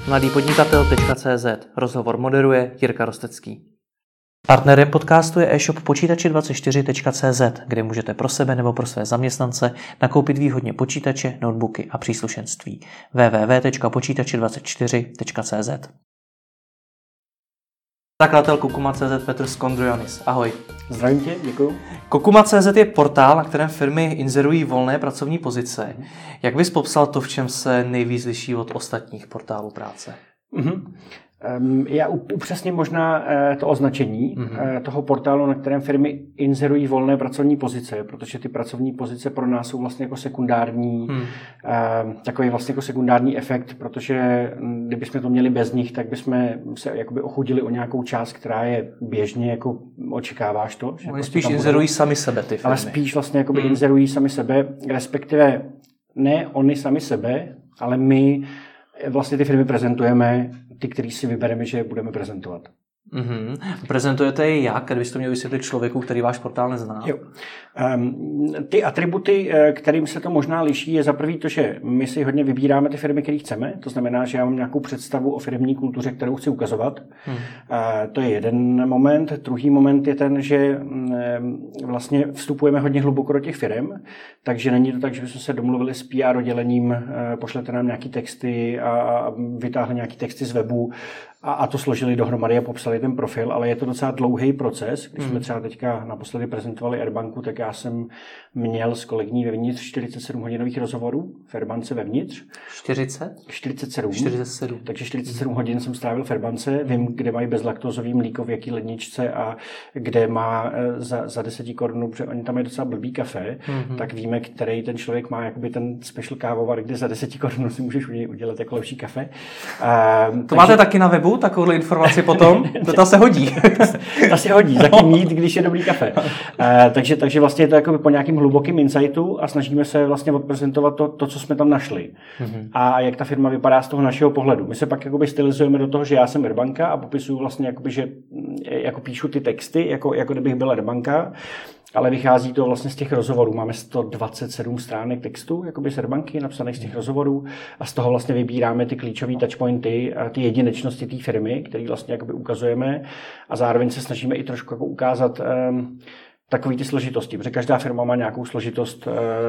mladýpodnikatel.cz. Rozhovor moderuje Jirka Rostecký. Partnerem podcastu je e-shop počítače24.cz, kde můžete pro sebe nebo pro své zaměstnance nakoupit výhodně počítače, notebooky a příslušenství. www.počítače24.cz. Zakladatel Kokuma.cz Petr Skondrojanis. Ahoj. Zdravím tě, děkuju. Kokuma.cz je portál, na kterém firmy inzerují volné pracovní pozice. Jak bys popsal to, v čem se nejvíc liší od ostatních portálů práce? Já upřesním možná to označení toho portálu, na kterém firmy inzerují volné pracovní pozice, protože ty pracovní pozice pro nás jsou vlastně jako sekundární, takový vlastně jako sekundární efekt, protože kdybychom to měli bez nich, tak bychom se jakoby ochudili o nějakou část, která je běžně, jako očekáváš to. Že Oni prostě spíš inzerují sami sebe ty firmy. Ale spíš vlastně jakoby inzerují sami sebe, respektive ne oni sami sebe, ale my vlastně ty firmy prezentujeme, ty, který si vybereme, že budeme prezentovat. Prezentujete je jak? Kdybyste to měl vysvětlit člověku, který váš portál nezná? Jo. Ty atributy, kterým se to možná liší, je za prvý to, že my si hodně vybíráme ty firmy, které chceme. To znamená, že já mám nějakou představu o firmní kultuře, kterou chci ukazovat. To je jeden moment. Druhý moment je ten, že vlastně vstupujeme hodně hluboko do těch firm, takže není to tak, že bychom se domluvili s PR oddělením, pošlete nám nějaký texty a vytáhli nějaký texty z webu a to složili dohromady a popsali ten profil, ale je to docela dlouhý proces. Když jsme třeba teďka naposledy prezentovali Airbanku, tak já jsem měl s kolegní vevnitř 47 hodinových rozhovorů v Airbance vevnitř. 47. Takže 47 hodin jsem strávil v Airbance. Vím, kde mají bezlaktózový mlíko, v jaký ledničce a kde má za 10 korun, protože oni tam mají docela blbý kafe, tak víme, který ten člověk má jakoby ten special kávovar, kde za 10 korun si můžeš udělat jako lepší kafe. To máte taky na webu, takovouhle informaci potom? To se hodí. Ta se hodí, za kým jít, když je dobrý kafe. Takže vlastně je to jako po nějakým hlubokým insightu a snažíme se vlastně odprezentovat to, co jsme tam našli. A jak ta firma vypadá z toho našeho pohledu. My se pak jakoby stylizujeme do toho, že já jsem Airbanka a popisuju vlastně jakoby, že jako píšu ty texty, jako kdybych byl Airbanka. Ale vychází to vlastně z těch rozhovorů. Máme 127 stránek textu, jakoby z Airbanky, napsaných z těch rozhovorů a z toho vlastně vybíráme ty klíčové touchpointy, ty jedinečnosti té firmy, které vlastně jakoby ukazujeme a zároveň se snažíme i trošku jako ukázat takový ty složitosti, protože každá firma má nějakou složitost,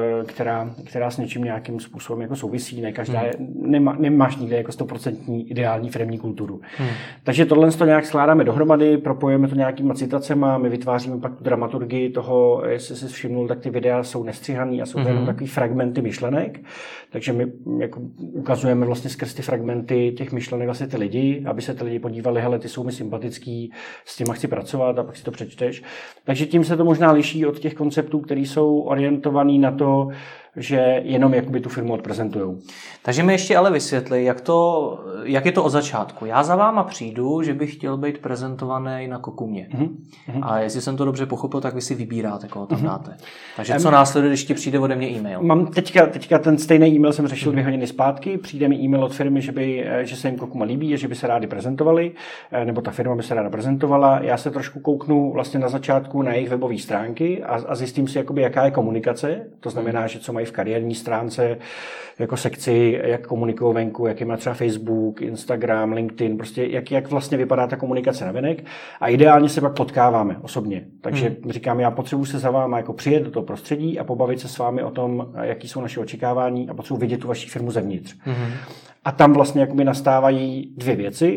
která s něčím nějakým způsobem jako souvisí, ne každá nemáš nikde jako 100% ideální firemní kulturu. Takže tohle to nějak skládáme dohromady, propojujeme to nějakýma citacema, my vytváříme pak tu dramaturgii toho, jestli jsi všimnul, tak ty videa jsou nestříhaný a jsou to jenom takový fragmenty myšlenek, takže my jako ukazujeme vlastně skrz ty fragmenty těch myšlenek vlastně ty lidi, aby se ty lidi podívali, hele, ty jsou mi sympatický, s těma chci pracovat a pak si to přečteš. Takže tím se to možná liší od těch konceptů, které jsou orientovaný na to, že jenom jakoby tu firmu odprezentujou. Takže mi ještě ale vysvětli, jak je to od začátku. Já za váma přijdu, že bych chtěl být prezentovaný na Kokumě. A jestli jsem to dobře pochopil, tak vy si vybíráte, koho tam dáte. Takže co následuje, když ti přijde ode mě e-mail? Mám teďka ten stejný e-mail jsem řešil 2 hodiny zpátky. Přijde mi e-mail od firmy, že se jim Kokuma líbí, že by se rádi prezentovali, nebo ta firma by se ráda prezentovala. Já se trošku kouknu vlastně na začátku na jejich webové stránky a zjistím si, jakoby, jaká je komunikace. To znamená, že co mají v kariérní stránce, jako sekci, jak komunikují venku, jaký má třeba Facebook, Instagram, LinkedIn, prostě jak vlastně vypadá ta komunikace navenek a ideálně se pak potkáváme osobně. Takže říkám, já potřebuji se za váma jako přijet do toho prostředí a pobavit se s vámi o tom, jaký jsou naše očekávání a potřebuji vidět tu vaši firmu zevnitř. A tam vlastně jakoby nastávají 2 věci.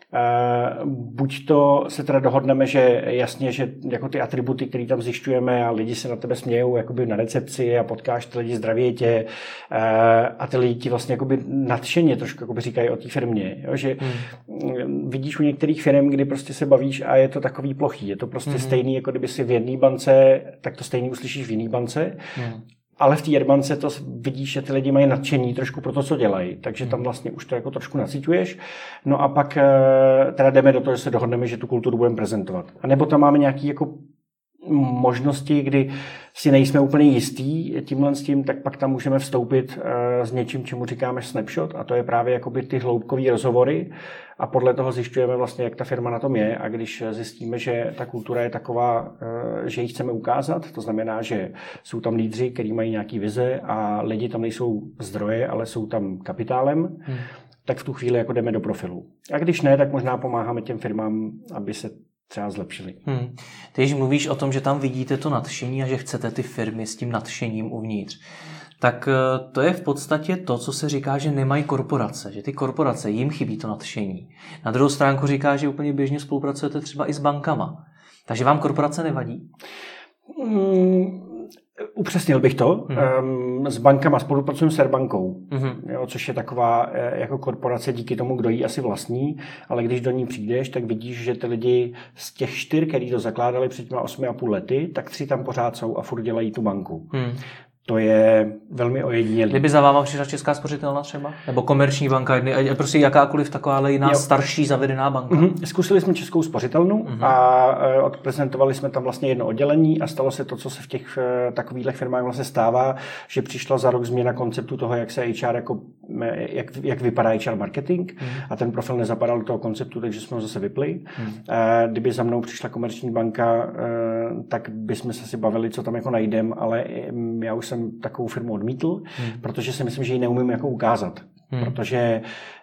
Buď to se teda dohodneme, že jasně, že jako ty atributy, které tam zjišťujeme a lidi se na tebe smějou jakoby na recepci a potkáš ty lidi, zdraví tě a ty lidi ti vlastně jakoby nadšeně trošku jakoby říkají o té firmě, jo? Že vidíš u některých firm, kdy prostě se bavíš a je to takový plochý, je to prostě stejný, jako kdyby si v jedné bance, tak to stejný uslyšíš v jiné bance. Ale v té Airbance to vidíš, že ty lidi mají nadšení trošku pro to, co dělají, takže tam vlastně už to jako trošku naciťuješ. No a pak teda jdeme do toho, že se dohodneme, že tu kulturu budeme prezentovat. A nebo tam máme nějaký jako možnosti, kdy si nejsme úplně jistý tímhle s tím, tak pak tam můžeme vstoupit s něčím, čemu říkáme snapshot, a to je právě jakoby ty hloubkový rozhovory a podle toho zjišťujeme vlastně, jak ta firma na tom je, a když zjistíme, že ta kultura je taková, že ji chceme ukázat, to znamená, že jsou tam lídři, kteří mají nějaký vize a lidi tam nejsou zdroje, ale jsou tam kapitálem, tak v tu chvíli jako jdeme do profilu. A když ne, tak možná pomáháme těm firmám, aby se třeba zlepšili. Ty když mluvíš o tom, že tam vidíte to nadšení a že chcete ty firmy s tím nadšením uvnitř, tak to je v podstatě to, co se říká, že nemají korporace, že ty korporace, jim chybí to nadšení. Na druhou stránku říká, že úplně běžně spolupracujete třeba i s bankama. Takže vám korporace nevadí? Upřesnil bych to. S bankama spolupracujeme s Airbankou, jo, což je taková jako korporace díky tomu, kdo ji asi vlastní, ale když do ní přijdeš, tak vidíš, že ty lidi z těch 4, kteří to zakládali před těma 8,5 lety, tak 3 tam pořád jsou a furt dělají tu banku. To je velmi ojedinělý. Kdyby za váma přišla Česká spořitelna třeba? Nebo Komerční banka, prostě jakákoliv taková jiná starší zavedená banka? Zkusili jsme Českou spořitelnu a odprezentovali jsme tam vlastně jedno oddělení a stalo se to, co se v těch takových firmách vlastně stává, že přišla za rok změna konceptu toho, jak se HR jak vypadá HR marketing a ten profil nezapadal do toho konceptu, takže jsme ho zase vypli. Kdyby za mnou přišla Komerční banka, tak bychom se si bavili, co tam jako najdem, ale já už jsem takovou firmu odmítl, protože si myslím, že ji neumím jako ukázat. Protože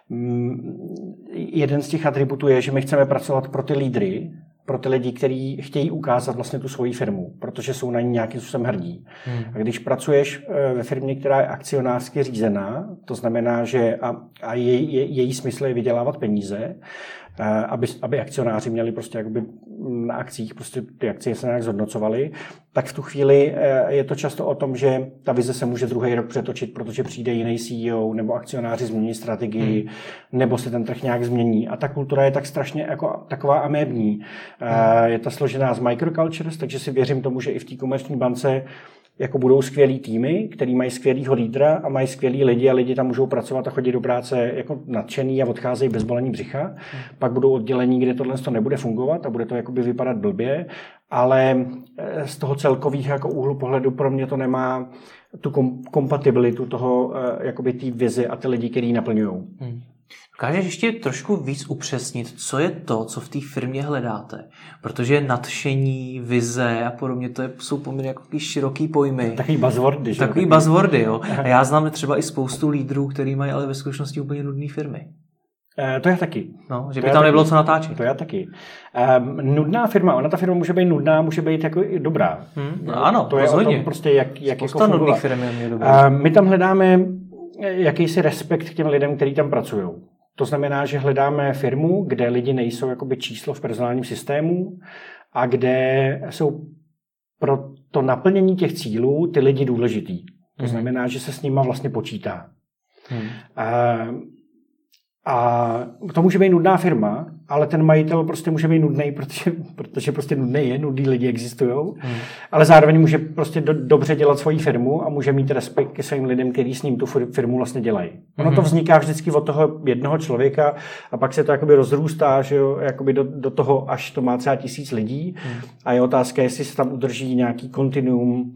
jeden z těch atributů je, že my chceme pracovat pro ty lídry, pro ty lidi, kteří chtějí ukázat vlastně tu svoji firmu, protože jsou na ní nějakým způsobem hrdí. A když pracuješ ve firmě, která je akcionářsky řízená, to znamená, že její smysl je vydělávat peníze, aby akcionáři měli prostě jakoby na akcích, prostě ty akcie se nějak zhodnocovaly, tak v tu chvíli je to často o tom, že ta vize se může druhý rok přetočit, protože přijde jiný CEO, nebo akcionáři změní strategii, nebo se ten trh nějak změní. A ta kultura je tak strašně jako taková amébní. Je ta složená z microcultures, takže si věřím tomu, že i v té Komerční bance jako budou skvělý týmy, který mají skvělýho lídra a mají skvělý lidi a lidi tam můžou pracovat a chodit do práce jako nadšený a odcházejí bez bolení břicha. Pak budou oddělení, kde tohle nebude fungovat a bude to jakoby vypadat blbě, ale z toho celkového jako úhlu pohledu pro mě to nemá tu kompatibilitu toho jakoby té vize a ty lidi, kteří ji naplňují. Dokážeš ještě trošku víc upřesnit, co je to, co v té firmě hledáte? Protože nadšení, vize a podobně, to jsou poměrně jako široký pojmy. Takový buzzwordy. Takový buzzwordy, jo. A já znám třeba i spoustu lídrů, který mají ale ve skutečnosti úplně nudné firmy. To já taky. No, že by tam nebylo co natáčet. To já taky. Nudná firma, ta firma může být nudná, může být jako i dobrá. No, ano, to je o tom prostě, jak jako fungovat. My tam hledáme jakýsi respekt k těm lidem, kteří tam pracují. To znamená, že hledáme firmu, kde lidi nejsou jakoby číslo v personálním systému a kde jsou pro to naplnění těch cílů ty lidi důležitý. To znamená, že se s nima vlastně počítá. A to může být nudná firma, ale ten majitel prostě může být nudný, protože prostě nudný je, nudný lidi existují, ale zároveň může prostě dobře dělat svoji firmu a může mít respekt ke svým lidem, kteří s ním tu firmu vlastně dělají. Ono to vzniká vždycky od toho jednoho člověka a pak se to jakoby rozrůstá, že jo, jakoby do toho, až to má třeba 1000 lidí a je otázka, jestli se tam udrží nějaký kontinuum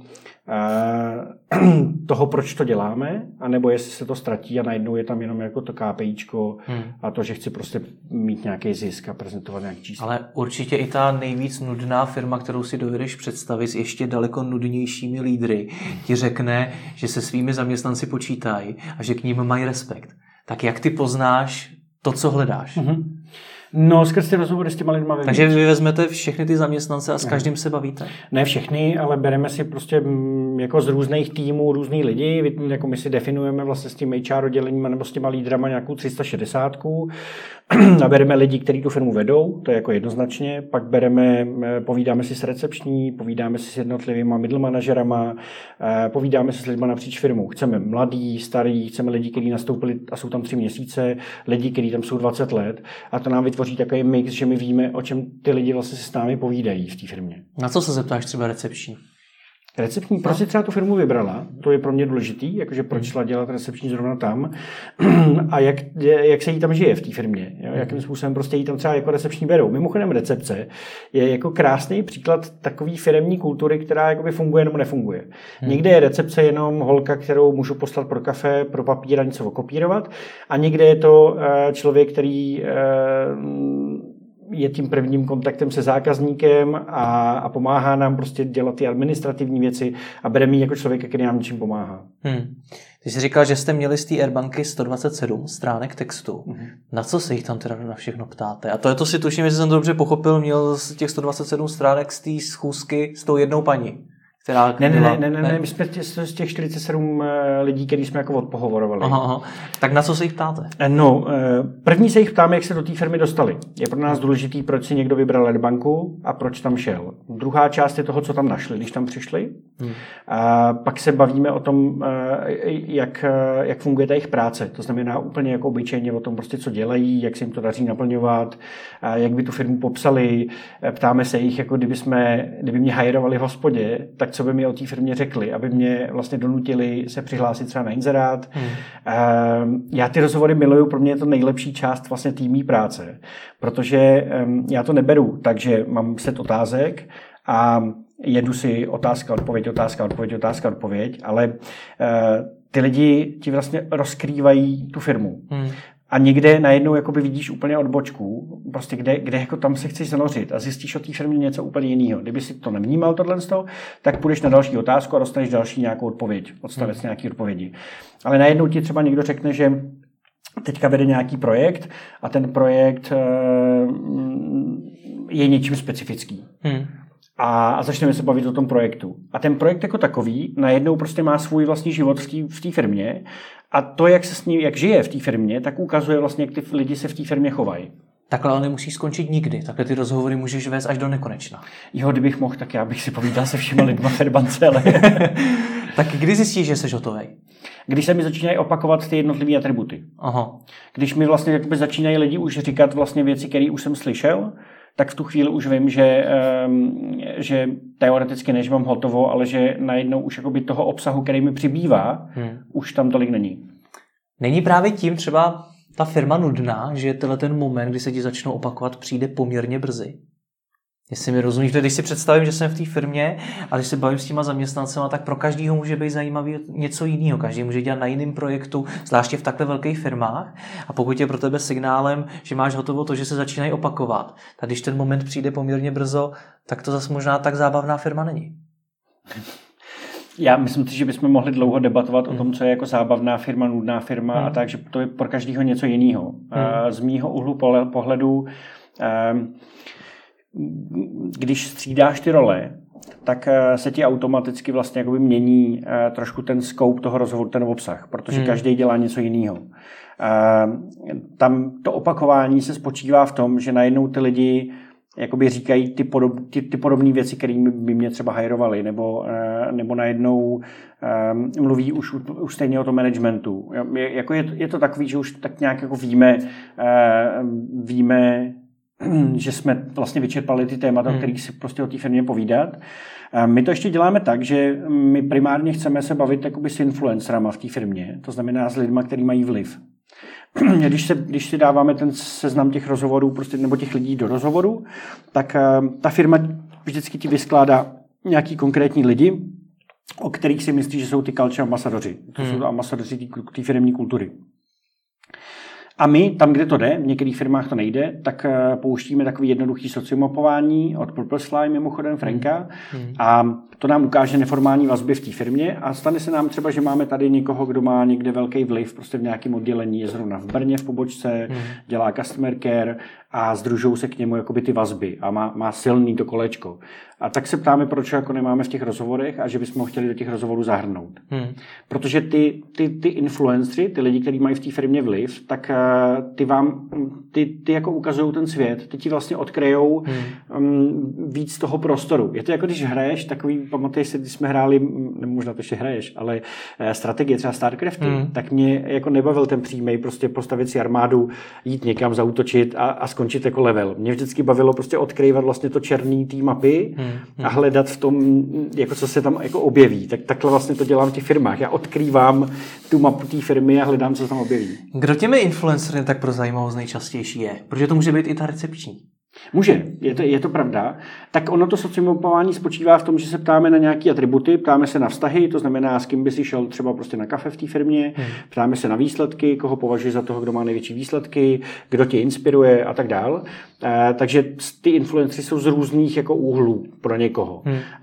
toho, proč to děláme, anebo jestli se to ztratí a najednou je tam jenom jako to KPIčko a to, že chci prostě mít nějaký zisk a prezentovat nějaký číslo. Ale určitě i ta nejvíc nudná firma, kterou si dovedeš představit s ještě daleko nudnějšími lídry, ti řekne, že se svými zaměstnanci počítají a že k ním mají respekt. Tak jak ty poznáš to, co hledáš? No, skrz ty rozhovory s těma lidma vevnitř. Takže vy vezmete všechny ty zaměstnance a s každým se bavíte? Ne všechny, ale bereme si prostě jako z různých týmů různý lidi, jako my si definujeme vlastně s tím HR oddělením nebo s těma lídrama nějakou 360 a bereme lidi, kteří tu firmu vedou, to je jako jednoznačně, pak povídáme si s recepční, povídáme si s jednotlivýma middle manažerama, povídáme si s lidma napříč firmou. Chceme mladý, starý, chceme lidi, kteří nastoupili a jsou tam 3 měsíce, lidi, kteří tam jsou 20 let a to nám vytvoří takový mix, že my víme, o čem ty lidi vlastně si s námi povídají v té firmě. Na co se zeptáš třeba recepční? Recepční, proč si třeba tu firmu vybrala, to je pro mě důležitý, jakože proč šla dělat recepční zrovna tam a jak se jí tam žije v té firmě, jo? Jakým způsobem prostě jí tam třeba jako recepční berou. Mimochodem recepce je jako krásný příklad takový firemní kultury, která jakoby funguje nebo nefunguje. Někde je recepce jenom holka, kterou můžu poslat pro kafe, pro papír a něco okopírovat a někde je to člověk, který je tím prvním kontaktem se zákazníkem a pomáhá nám prostě dělat ty administrativní věci a bere mě jako člověka, který nám něčím pomáhá. Ty jsi říkal, že jste měli z té Airbanky 127 stránek textu. Na co se jich tam teda na všechno ptáte? A to si tuším, jestli jsem to dobře pochopil, měl z těch 127 stránek z té schůzky s tou jednou paní. Ne, my jsme z těch 47 lidí, který jsme jako odpohovorovali. Aha. Tak na co se jich ptáte? No, první se jich ptáme, jak se do té firmy dostali. Je pro nás důležitý, proč si někdo vybral Airbanku a proč tam šel. Druhá část je toho, co tam našli, když tam přišli. A pak se bavíme o tom, jak funguje ta jejich práce. To znamená úplně jako obyčejně o tom, prostě, co dělají, jak se jim to daří naplňovat, jak by tu firmu popsali. Ptáme se jich, jako kdyby mě hajrovali v hospodě, tak co by mi o té firmě řekli, aby mě vlastně donutili se přihlásit třeba na inzerát. Já ty rozhovory miluju, pro mě je to nejlepší část vlastně týmní práce, protože já to neberu, takže mám set otázek a jedu si otázka, odpověď, ale ty lidi ti vlastně rozkrývají tu firmu. A někde najednou jakoby vidíš úplně odbočku, prostě kde jako tam se chceš zanořit a zjistíš o té firmě něco úplně jiného. Kdyby si to nevnímal tohleto, tak půjdeš na další otázku a dostaneš další nějakou odpověď, odstavec nějaký odpovědi. Ale najednou ti třeba někdo řekne, že teďka vede nějaký projekt a ten projekt je něčím specifický. A začneme se bavit o tom projektu. A ten projekt jako takový najednou prostě má svůj vlastní život v té firmě a to, jak se s ním, jak žije v té firmě, tak ukazuje vlastně, jak ty lidi se v té firmě chovají. Takhle ale nemusí skončit nikdy. Takhle ty rozhovory můžeš vést až do nekonečna. Jo, kdybych mohl, tak já bych si povídal se všema lidma v Airbance, ale... Tak kdy zjistíš, že jsi hotovej? Když se mi začínají opakovat ty jednotlivé atributy. Aha. Když mi vlastně jakoby začínají lidi už říkat vlastně věci, které už jsem slyšel, tak v tu chvíli už vím, že teoreticky než mám hotovo, ale že najednou už jakoby toho obsahu, který mi přibývá, už tam tolik není. Není právě tím třeba ta firma nudná, že ten moment, kdy se ti začnou opakovat, přijde poměrně brzy? Jestli mi rozumíš, když si představím, že jsem v té firmě a když se bavím s těma zaměstnancema, tak pro každého může být zajímavý něco jiného. Každý může dělat na jiném projektu, zvláště v takhle velkých firmách. A pokud je pro tebe signálem, že máš hotovo to, že se začínají opakovat, tak když ten moment přijde poměrně brzo, tak to zase možná tak zábavná firma není. Já myslím si, že bychom mohli dlouho debatovat o tom, co je jako zábavná firma, nudná firma a tak, že to je pro každého něco jiného. Z mýho úhlu pohledu když střídáš ty role, tak se ti automaticky vlastně jakoby mění trošku ten scope toho rozhovoru, ten obsah, protože každý dělá něco jiného. Tam to opakování se spočívá v tom, že najednou ty lidi jakoby říkají ty podobné věci, kterými by mě třeba hajrovali, nebo najednou mluví už stejně o tom managementu. Jako je to takový, že už tak nějak jako víme, že jsme vlastně vyčerpali ty témata, o kterých si prostě o té firmě povídat. My to ještě děláme tak, že my primárně chceme se bavit jakoby s influencerama v té firmě, to znamená s lidma, kteří mají vliv. Když si dáváme ten seznam těch rozhovorů prostě, nebo těch lidí do rozhovoru, tak ta firma vždycky ti vyskládá nějaký konkrétní lidi, o kterých si myslí, že jsou ty culture ambasadoři. To jsou to ambasadoři té firemní kultury. A my, tam, kde to jde, v některých firmách to nejde, tak pouštíme takový jednoduchý sociomapování od Purplefly, mimochodem Franka, a to nám ukáže neformální vazby v té firmě a stane se nám třeba, že máme tady někoho, kdo má někde velký vliv prostě v nějakém oddělení, je zrovna v Brně v pobočce, dělá customer care a združují se k němu jakoby ty vazby a má silný to kolečko. A tak se ptáme, proč jako nemáme v těch rozhovorech a že bychom ho chtěli do těch rozhovorů zahrnout. Protože ty influencery, ty lidi, kteří mají v té firmě vliv, tak ty jako ukazují ten svět, ty ti vlastně odkryjou víc toho prostoru. Je to jako když hraješ takový, pamatuješ si, když jsme hráli, možná to ještě hraješ, ale strategie třeba StarCraftu, tak mě jako nebavil ten přímej prostě postavit si armádu, jít někam, zaútočit a skončit jako level. Mě vždycky bavilo prostě odkryvat vlastně to černý té mapy a hledat v tom, jako co se tam jako objeví. Takhle vlastně to dělám v těch firmách. Já odkrývám tu mapu té firmy a hledám, co se tam objeví. Kdo těmi influencery tak pro zajímavost nejčastější je? Protože to může být i ta recepční. Může, je to pravda. Tak ono to sociální mapování spočívá v tom, že se ptáme na nějaké atributy, ptáme se na vztahy, to znamená, s kým by si šel třeba prostě na kafe v té firmě, ptáme se na výsledky, koho považuješ za toho, kdo má největší výsledky, kdo tě inspiruje a tak dál. Takže ty influencery jsou z různých jako úhlů pro někoho.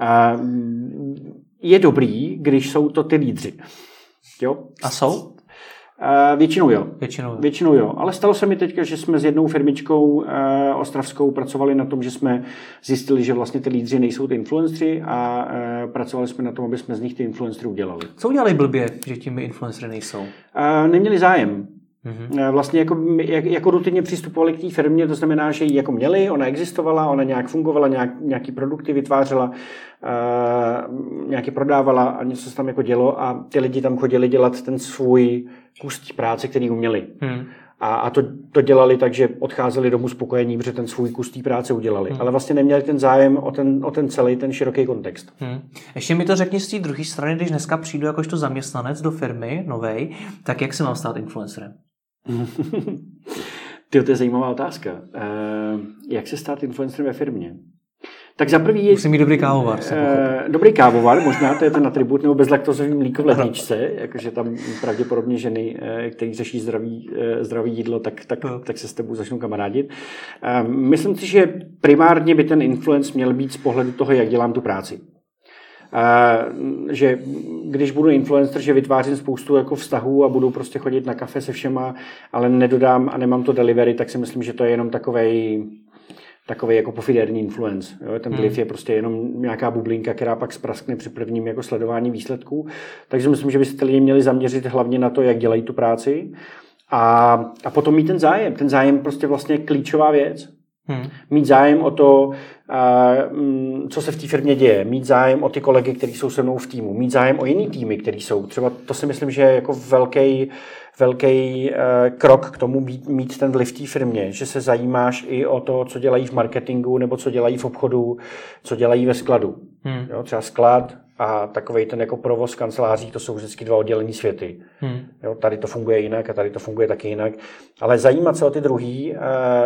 Je dobrý, když jsou to ty lídři. Jo? A jsou? Většinou jo. Ale stalo se mi teďka, že jsme s jednou firmičkou ostravskou pracovali na tom, že jsme zjistili, že vlastně ty lídři nejsou ty influencery a pracovali jsme na tom, aby jsme z nich ty influencery udělali. Co udělali blbě, že tím influencery nejsou? Neměli zájem. Vlastně jako rutinně přistupovali k té firmě, to znamená, že ji jako měli, ona existovala, ona nějak fungovala, nějaký produkty vytvářela, nějaký prodávala a něco se tam jako dělo a ty lidi tam chodili dělat ten svůj kus práce, který uměli. A to dělali tak, že odcházeli domů spokojení, protože ten svůj kus té práce udělali. Ale vlastně neměli ten zájem o ten celý, ten široký kontext. Ještě mi to řekni z té druhé strany, když dneska přijdu jakožto zaměstnanec do firmy novej, tak jak se mám stát influencerem? To je zajímavá otázka. Jak se stát influencerem ve firmě? Tak za prvý musí mít dobrý kávovar. Dobrý kávovar, možná to je ten atribut, nebo bezlaktozový mlíko v ledničce, jakože tam pravděpodobně ženy, který řeší zdravý jídlo, tak se s tebou začnou kamarádit. Myslím si, že primárně by ten influence měl být z pohledu toho, jak dělám tu práci. Že když budu influencer, že vytvářím spoustu jako vztahů a budu prostě chodit na kafe se všema, ale nedodám a nemám to delivery, tak si myslím, že to je jenom takovej jako pofiderní influence. Jo? Ten vliv je prostě jenom nějaká bublinka, která pak spraskne při prvním jako sledování výsledků. Takže myslím, že by se ty lidi měli zaměřit hlavně na to, jak dělají tu práci a potom mít ten zájem. Ten zájem prostě vlastně je klíčová věc. Mít zájem o to, co se v té firmě děje, mít zájem o ty kolegy, kteří jsou se mnou v týmu, mít zájem o jiný týmy, který jsou. Třeba to si myslím, že je jako velký krok k tomu mít ten vliv v té firmě, že se zajímáš i o to, co dělají v marketingu nebo co dělají v obchodu, co dělají ve skladu. Jo, třeba sklad a takovej ten jako provoz kanceláří, to jsou vždycky dva oddělený světy. Jo, tady to funguje jinak a tady to funguje taky jinak. Ale zajímat se o ty druhý,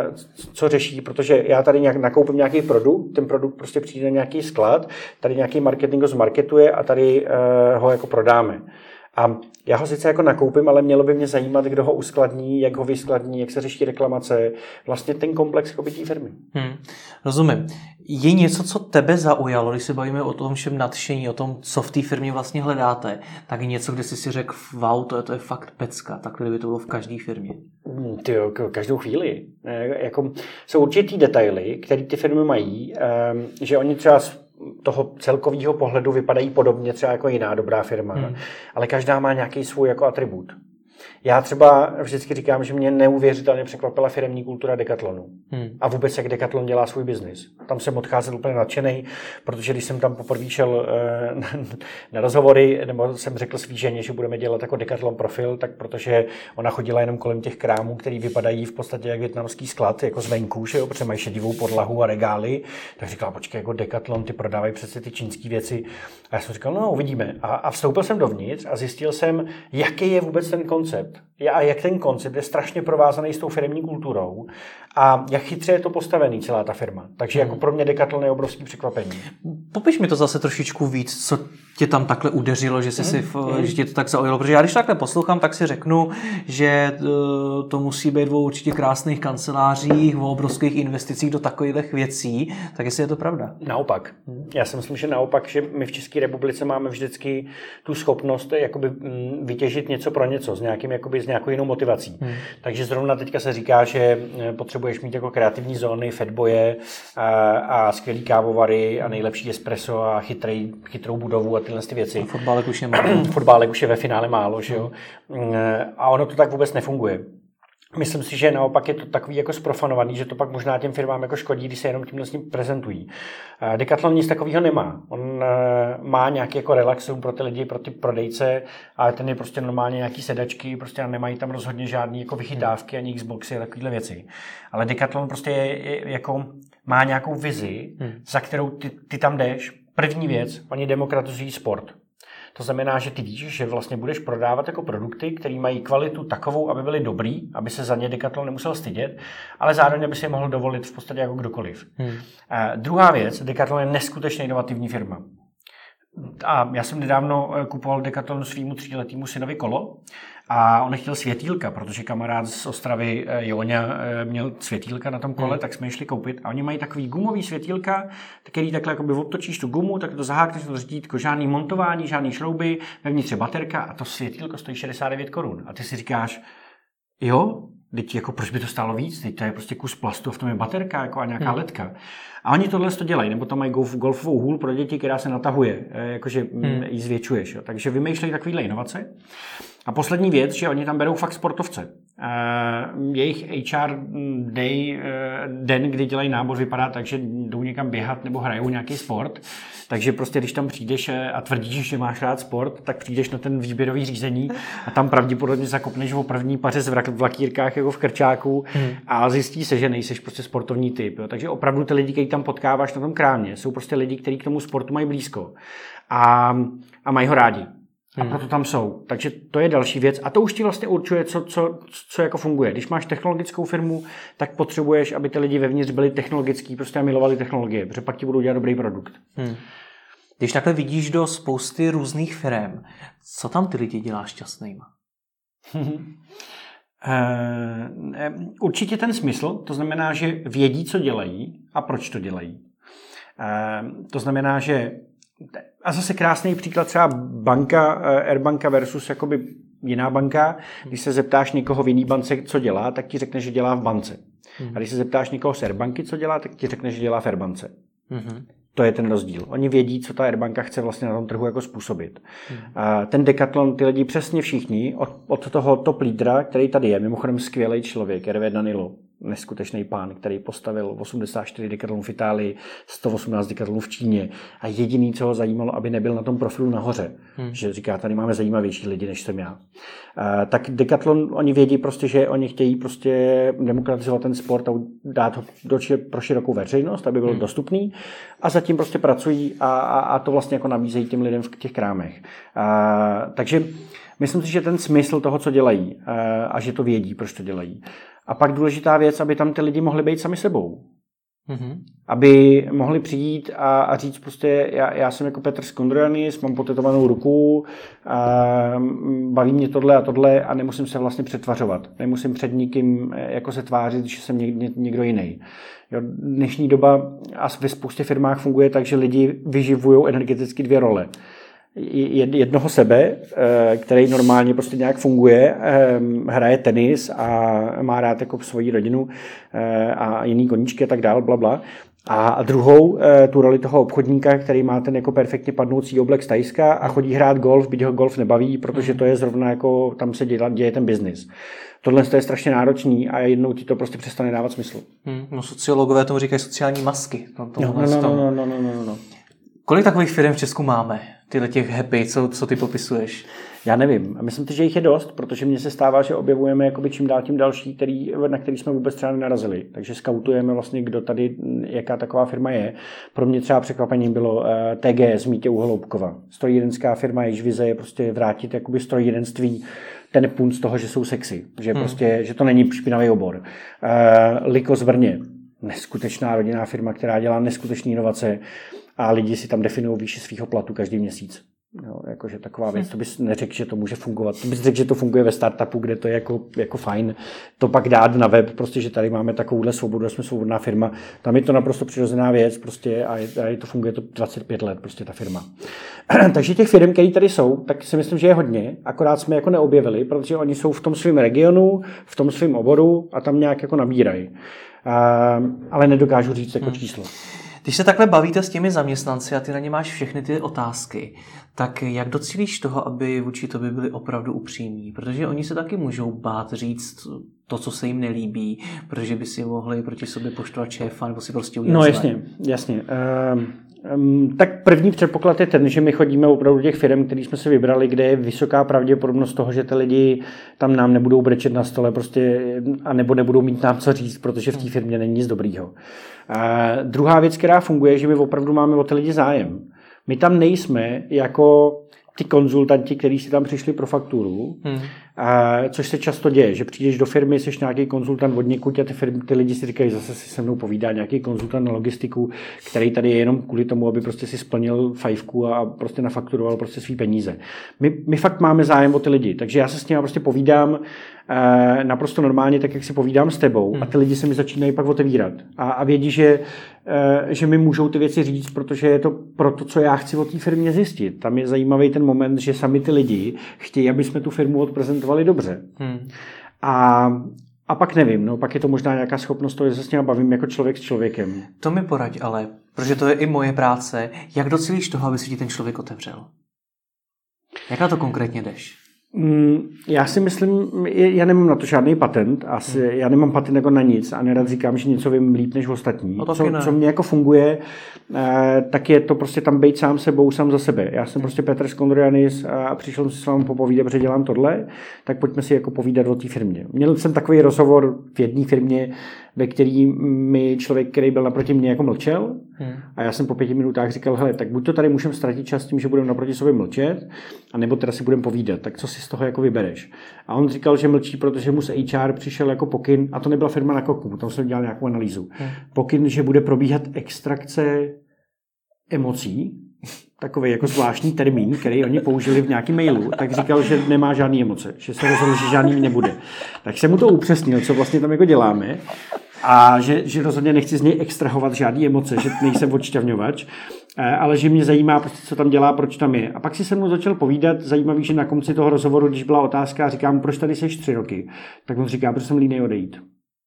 co řeší, protože já tady nakoupím nějaký produkt, ten produkt prostě přijde na nějaký sklad, tady nějaký marketing ho zmarketuje a tady ho jako prodáme. A já ho sice jako nakoupím, ale mělo by mě zajímat, kdo ho uskladní, jak ho vyskladní, jak se řeší reklamace, vlastně ten komplex té firmy. Rozumím. Je něco, co tebe zaujalo, když se bavíme o tom všem nadšení, o tom, co v té firmě vlastně hledáte, tak je něco, kde jsi si řekl, wow, to je fakt pecka, takhle by to bylo v každé firmě. Tyjo, každou chvíli. Jako, jsou určitý detaily, které ty firmy mají, že oni třeba toho celkového pohledu vypadají podobně třeba jako jiná dobrá firma, ale každá má nějaký svůj jako atribut. Já třeba vždycky říkám, že mě neuvěřitelně překvapila firemní kultura Decathlonu. A vůbec, jak Decathlon dělá svůj biznis. Tam jsem odcházel úplně nadšenej, protože když jsem tam poprvé šel na rozhovory, nebo jsem řekl svý ženě, že budeme dělat jako Decathlon profil, tak protože ona chodila jenom kolem těch krámů, který vypadají v podstatě jak vietnamský sklad, jako zvenku, že jo, protože mají šedivou podlahu a regály, tak říkala, počkej, jako Decathlon, ty prodávají přece ty čínský věci. A já jsem říkal, no uvidíme. A vstoupil jsem dovnitř a zjistil jsem, jaký je vůbec ten koncept. A jak ten koncept je strašně provázaný s tou firemní kulturou a jak chytře je to postavený celá ta firma. Takže jako pro mě Decathlon je obrovský překvapení. Popiš mi to zase trošičku víc, co tě tam takhle udeřilo, že že tě to tak zaujalo. Protože já když takhle poslouchám, tak si řeknu, že to musí být o určitě krásných kancelářích, o obrovských investicích do takových věcí. Tak jestli je to pravda? Naopak. Já si myslím, že naopak, že my v České republice máme vždycky tu schopnost jakoby vytěžit něco pro něco s nějakou jinou motivací. Takže zrovna teďka se říká, že potřebuješ mít jako kreativní zóny, fatboje a skvělý kávovary a nejlepší espresso a chytrou budovu a tyhle věci. Fotbálek už je málo. Fotbálek už je ve finále málo, že jo? A ono to tak vůbec nefunguje. Myslím si, že naopak je to takový jako zprofanovaný, že to pak možná těm firmám jako škodí, když se jenom tímhle s ním prezentují. Decathlon nic takového nemá. On má nějaký jako relaxum pro ty lidi, pro ty prodejce, ale ten je prostě normálně nějaký sedačky, prostě nemají tam rozhodně žádný jako vychytávky ani Xboxy a takovéhle věci. Ale Decathlon prostě je jako má nějakou vizi, za kterou ty tam jdeš. První věc, oni demokratizují sport. To znamená, že ty víš, že vlastně budeš prodávat jako produkty, které mají kvalitu takovou, aby byly dobrý, aby se za ně Decathlon nemusel stydět, ale zároveň aby si je mohl dovolit v podstatě jako kdokoliv. Druhá věc, Decathlon je neskutečně inovativní firma. A já jsem nedávno kupoval Decathlonu svýmu 3letýmu synovi kolo a on chtěl světýlka, protože kamarád z Ostravy Joňa měl světýlka na tom kole, tak jsme ji šli koupit a oni mají takový gumový světýlka, který takhle jakoby obtočíš tu gumu, tak to zahákneš to řítítko, žádný montování, žádný šrouby, vevnitř je baterka a to světýlko stojí 69 korun. A ty si říkáš, jo, teď jako proč by to stálo víc, teď to je prostě kus plastu a v tom je baterka jako a nějaká ledka. A oni tohle to dělají, nebo tam mají golfovou hůl pro děti, která se natahuje, jakože ji zvětšuješ. Jo. Takže vymýšlejí takovýhle inovace. A poslední věc, že oni tam berou fakt sportovce. Jejich HR den, kdy dělají nábor, vypadá tak, že jdou někam běhat nebo hrajou nějaký sport. Takže prostě, když tam přijdeš a tvrdíš, že máš rád sport, tak přijdeš na ten výběrový řízení a tam pravděpodobně zakopneš o první paře v lakírkách jako v Krčáku a zjistí se, že nejseš prostě sportovní typ. Jo. Takže opravdu ty lidi, který tam potkáváš na tom krámě, jsou prostě lidi, kteří k tomu sportu mají blízko a mají ho rádi. A proto tam jsou. Takže to je další věc. A to už ti vlastně určuje, co jako funguje. Když máš technologickou firmu, tak potřebuješ, aby ty lidi vevnitř byli technologický, prostě milovali technologie, protože pak ti budou dělat dobrý produkt. Když takhle vidíš do spousty různých firem, co tam ty lidi dělá šťastnýma? Určitě ten smysl, to znamená, že vědí, co dělají a proč to dělají. To znamená, že a zase krásný příklad třeba banka, Airbanka versus jakoby jiná banka. Když se zeptáš někoho v jiný bance, co dělá, tak ti řekne, že dělá v bance. A když se zeptáš někoho z Airbanky, co dělá, tak ti řekne, že dělá v Airbance. To je ten rozdíl. Oni vědí, co ta Airbanka chce vlastně na tom trhu jako způsobit. Ten Decathlon, ty lidi přesně všichni, od toho top lídra, který tady je, mimochodem skvělý člověk, Hervé Danilo, neskutečný pán, který postavil 84 Decathlonů v Itálii, 118 Decathlonů v Číně a jediný, co ho zajímalo, aby nebyl na tom profilu nahoře. Že říká, tady máme zajímavější lidi, než jsem já. Tak Decathlon, oni vědí prostě, že oni chtějí prostě demokratizovat ten sport a dát ho pro širokou veřejnost, aby byl dostupný a zatím prostě pracují a to vlastně jako nabízejí těm lidem v těch krámech. Takže myslím si, že ten smysl toho, co dělají a že to vědí, proč to dělají. A pak důležitá věc, aby tam ty lidi mohli být sami sebou. Aby mohli přijít a říct prostě, já jsem jako Petr Skondrojanis, mám potetovanou ruku, baví mě tohle a tohle a nemusím se vlastně přetvařovat. Nemusím před nikým jako se tvářit, že jsem někdo jiný. Jo, dnešní doba a ve spoustě firmách funguje tak, že lidi vyživují energeticky dvě role. Jednoho sebe, který normálně prostě nějak funguje, hraje tenis a má rád jako svoji rodinu a jiný koníčky a tak dál, blabla. A druhou, tu roli toho obchodníka, který má ten jako perfektně padnoucí oblek z Thajska a chodí hrát golf, byť ho golf nebaví, protože to je zrovna jako, tam se děje ten biznis. Tohle je strašně náročný a jednou ti to prostě přestane dávat smysl. No sociologové tomu říkají sociální masky. No. Kolik takových firm v Česku máme? Tyhle těch happy, co ty popisuješ? Já nevím. Myslím si, že jich je dost, protože mně se stává, že objevujeme jakoby čím dál tím další, na který jsme vůbec třeba nenarazili. Takže skautujeme vlastně, kdo tady, jaká taková firma je. Pro mě třeba překvapením bylo TGS Mítě Uholoubkova. Strojírenská firma, jejíž vize je prostě vrátit jakoby strojírenství ten punt z toho, že jsou sexy. Že prostě, že to není špinavý obor. Liko z Brně. Neskutečná rodinná firma, která dělá neskutečné inovace a lidi si tam definují výši svého platu každý měsíc. Jo, jakože taková věc, to bys neřekl, že to může fungovat. To bys řekl, že to funguje ve startupu, kde to je jako fajn. To pak dát na web, prostě, že tady máme takovouhle svobodu, jsme svobodná firma. Tam je to naprosto přirozená věc prostě a to funguje to 25 let, prostě ta firma. Takže těch firm, které tady jsou, tak si myslím, že je hodně, akorát jsme jako neobjevili, protože oni jsou v tom svém regionu, v tom svém oboru a tam nějak jako nabírají. Ale nedokážu říct jako číslo. Když se takhle bavíte s těmi zaměstnanci a ty na ně máš všechny ty otázky, tak jak docílíš toho, aby vůči tobě byli opravdu upřímní? Protože oni se taky můžou bát říct to, co se jim nelíbí, protože by si mohli proti sobě poštovat šéfa nebo si prostě udělat jasně. Tak první předpoklad je ten, že my chodíme opravdu těch firm, které jsme si vybrali, kde je vysoká pravděpodobnost toho, že ty lidi tam nám nebudou brečet na stole prostě, a nebo nebudou mít nám co říct, protože v té firmě není nic dobrýho. Druhá věc, která funguje, že my opravdu máme o ty lidi zájem. My tam nejsme jako ty konzultanti, kteří si tam přišli pro fakturu, což se často děje, že přijdeš do firmy, jsi nějaký konzultant od někud a ty lidi si říkají, zase si se mnou povídá nějaký konzultant na logistiku, který tady je jenom kvůli tomu, aby prostě si splnil fajfku a prostě nafakturoval prostě svý peníze. My fakt máme zájem o ty lidi, takže já se s nimi prostě povídám naprosto normálně, tak jak si povídám s tebou a ty lidi se mi začínají pak otevírat a vědí, že mi můžou ty věci říct, protože je to pro to, co já chci o té firmě zjistit. Tam je zajímavý ten moment, že sami ty lidi chtějí, aby jsme tu firmu odprezentovali dobře. A pak nevím, no, pak je to možná nějaká schopnost toho, že se s ním bavím jako člověk s člověkem. To mi poraď ale, protože to je i moje práce. Jak docílíš toho, aby si ti ten člověk otevřel? Jak na to konkrétně jdeš? Já si myslím, já nemám na to žádný patent, já nemám patent jako na nic a nerad říkám, že něco vím líp než ostatní. Co mě jako funguje, tak je to prostě tam být sám sebou, sám za sebe. Já jsem prostě Petr Skondrianis a přišel jsem si s vámi popovídat, protože dělám tohle, tak pojďme si jako povídat o té firmě. Měl jsem takový rozhovor v jedné firmě, ve který mi člověk, který byl naproti mě, jako mlčel a já jsem po 5 minutách říkal, hele, tak buď to tady můžeme ztratit čas tím, že budeme naproti sobě mlčet, anebo teda si budeme povídat, tak co si z toho jako vybereš. A on říkal, že mlčí, protože mu z HR přišel jako pokyn, a to nebyla firma na Koku, tam jsem dělal nějakou analýzu. Pokyn, že bude probíhat extrakce emocí, takový jako zvláštní termín, který oni použili v nějakém mailu, tak říkal, že nemá žádný emoce, že se rozhodl, že žádný nebude. Tak jsem mu to upřesnil, co vlastně tam jako děláme a že rozhodně nechci z něj extrahovat žádný emoce, že nejsem odšťavňovač, ale že mě zajímá, prostě, co tam dělá, proč tam je. A pak si se mnou začal povídat, zajímavý, že na konci toho rozhovoru, když byla otázka a říkám, proč tady seš 3 roky, tak on říká, proč jsem línej odejít.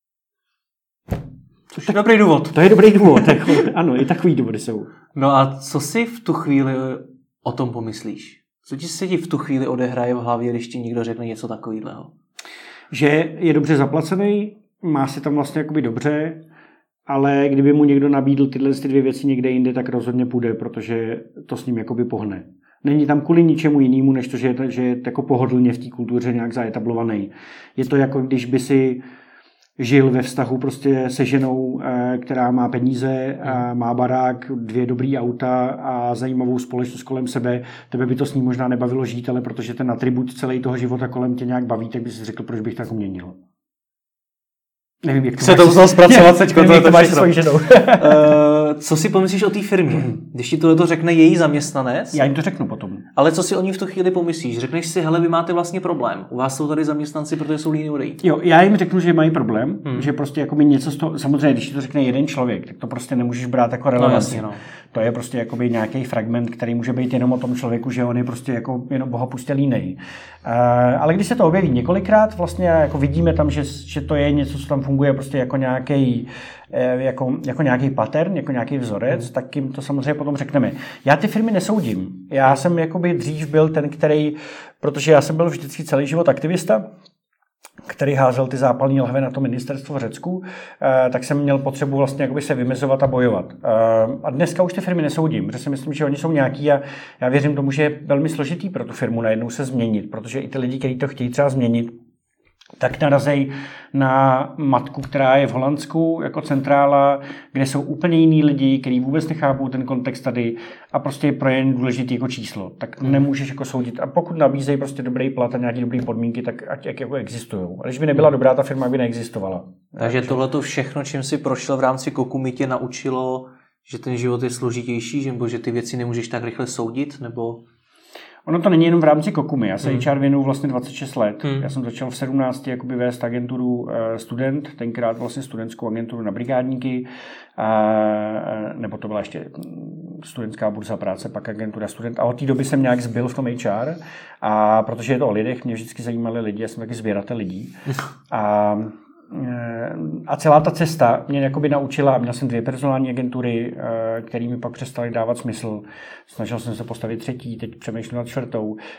Což je dobrý důvod. To je dobrý důvod, jako, ano, i takový důvody jsou. No a co si v tu chvíli o tom pomyslíš? Co ti se v tu chvíli odehraje v hlavě, když ti někdo řekne něco takového? Že je dobře zaplacený, má si tam vlastně jakoby dobře, ale kdyby mu někdo nabídl tyhle 2 věci někde jinde, tak rozhodně půjde, protože to s ním jakoby pohne. Není tam kvůli ničemu jinému, než to, že je jako pohodlně v té kultuře nějak zaetablovaný. Je to jako když by si žil ve vztahu prostě se ženou, která má peníze, má barák, 2 dobrý auta a zajímavou společnost kolem sebe. Tebe by to s ní možná nebavilo žít, ale protože ten atribut celý toho života kolem tě nějak baví, tak by si řekl, proč bych tak uměnil. Nevím, jak to se to musel zpracovat teďko. To máš svojí ženou. Co si pomyslíš o té firmě? Když ti tohle řekne její zaměstnanec? Já jim to řeknu potom. Ale co si o ní v tu chvíli pomyslíš? Řekneš si, hele, vy máte vlastně problém. U vás jsou tady zaměstnanci, protože jsou líní odejít. Jo, já jim řeknu, že mají problém, že prostě jako mi něco z toho, samozřejmě, když ti to řekne jeden člověk, tak to prostě nemůžeš brát jako relevantní. No. To je prostě jakoby nějaký fragment, který může být jenom o tom člověku, že on je prostě jako jenom bohapustě línej. Ale když se to objeví několikrát, vlastně jako vidíme tam, že to je něco, co tam funguje prostě jako nějaký jako nějaký pattern, jako nějaký vzorec, tak jim to samozřejmě potom řekneme. Já ty firmy nesoudím. Já jsem jakoby dřív byl ten, který, protože já jsem byl vždycky celý život aktivista, který házel ty zápalné lahve na to ministerstvo v Řecku, tak jsem měl potřebu vlastně jakoby se vymezovat a bojovat. A dneska už ty firmy nesoudím, protože si myslím, že oni jsou nějaký a já věřím tomu, že je velmi složitý pro tu firmu najednou se změnit, protože i ty lidi, kteří to chtějí třeba změnit, tak narazej na matku, která je v Holandsku jako centrála, kde jsou úplně jiní lidi, kteří vůbec nechápou ten kontext tady a prostě je pro ně důležitý jako číslo. Tak nemůžeš jako soudit. A pokud nabízejí prostě dobrý plat a nějaké dobré podmínky, tak ať jako existují. A když by nebyla dobrá, ta firma by neexistovala. Takže tohleto všechno, čím si prošel v rámci Koku, mi tě naučilo, že ten život je složitější, nebo že ty věci nemůžeš tak rychle soudit, nebo... Ono to není jenom v rámci Kokumy. Já se HR věnuju vlastně 26 let. Já jsem začal v 17 jakoby vést agenturu Student, tenkrát vlastně studentskou agenturu na brigádníky, nebo to byla ještě studentská burza práce, pak agentura Student. A od té doby jsem nějak zbyl v tom HR, a protože je to o lidech, mě vždycky zajímali lidi, já jsem taky sběratel lidí. A celá ta cesta mě jakoby naučila, měl jsem 2 personální agentury, které mi pak přestaly dávat smysl. Snažil jsem se postavit 3, teď přemýšlím nad 4.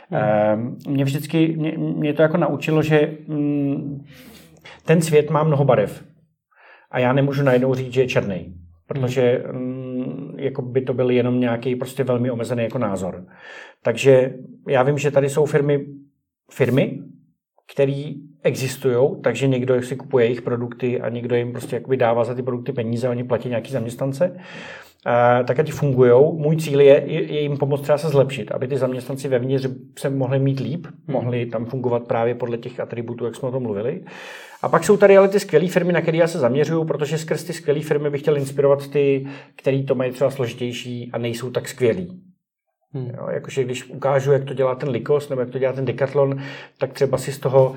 Mě to jako naučilo, že ten svět má mnoho barev. A já nemůžu najednou říct, že je černý. Protože jako by to byl jenom nějaký prostě velmi omezený jako názor. Takže já vím, že tady jsou firmy, který existují, takže někdo si kupuje jejich produkty a někdo jim prostě jakoby dává za ty produkty peníze a oni platí nějaký zaměstnance, tak ať fungují. Můj cíl je jim pomoct třeba se zlepšit, aby ty zaměstnanci vevnitř se mohli mít líp, mohli tam fungovat právě podle těch atributů, jak jsme o tom mluvili. A pak jsou tady ale ty skvělé firmy, na které já se zaměřuju, protože skrz ty skvělé firmy bych chtěl inspirovat ty, který to mají třeba složitější a nejsou tak skvělí. Jo, jakože když ukážu, jak to dělá ten Lycos nebo jak to dělá ten Decathlon, tak třeba si z toho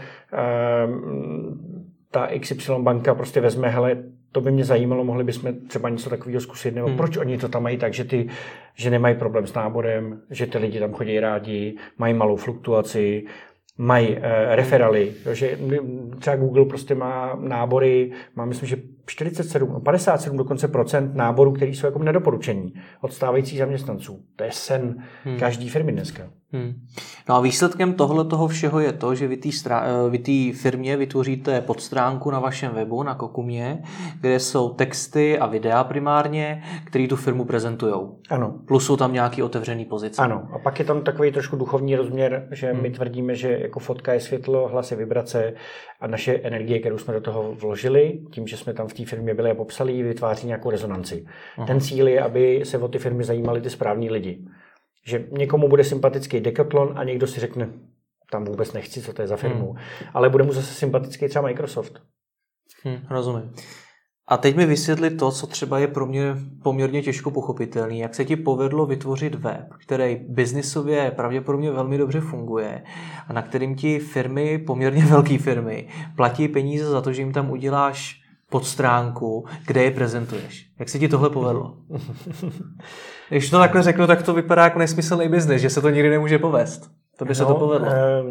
ta XY banka prostě vezme, hele, to by mě zajímalo, mohli bychom třeba něco takového zkusit, nebo proč oni to tam mají tak, že nemají problém s náborem, že ty lidi tam chodí rádi, mají malou fluktuaci, mají referaly, že třeba Google prostě má nábory, má myslím, že 57 dokonce procent náborů, který jsou jako nedoporučení od stávajících zaměstnanců. To je sen každý firmy dneska. No a výsledkem toho všeho je to, že vy té firmě vytvoříte podstránku na vašem webu, na Kokumě, kde jsou texty a videa primárně, které tu firmu prezentujou. Ano. Plus jsou tam nějaké otevřené pozice. Ano. A pak je tam takový trošku duchovní rozměr, že my tvrdíme, že jako fotka je světlo, hlas je vibrace a naše energie, kterou jsme do toho vložili, tím, že jsme tam v té firmě byli a popsali, vytváří nějakou rezonanci. Ten cíl je, aby se o ty firmy zajímali ty správní lidi. Že někomu bude sympatický Decathlon a někdo si řekne, tam vůbec nechci, co to je za firmu. Ale bude mu zase sympatický třeba Microsoft. Rozumím. A teď mi vysvětli to, co třeba je pro mě poměrně těžko pochopitelný. Jak se ti povedlo vytvořit web, který biznisově pravděpodobně velmi dobře funguje a na kterým ti firmy, poměrně velké firmy, platí peníze za to, že jim tam uděláš podstránku, kde je prezentuješ. Jak se ti tohle povedlo? Když to takhle řeknu, tak to vypadá jako nesmyslný biznis, že se to nikdy nemůže povést. To by se to povedlo.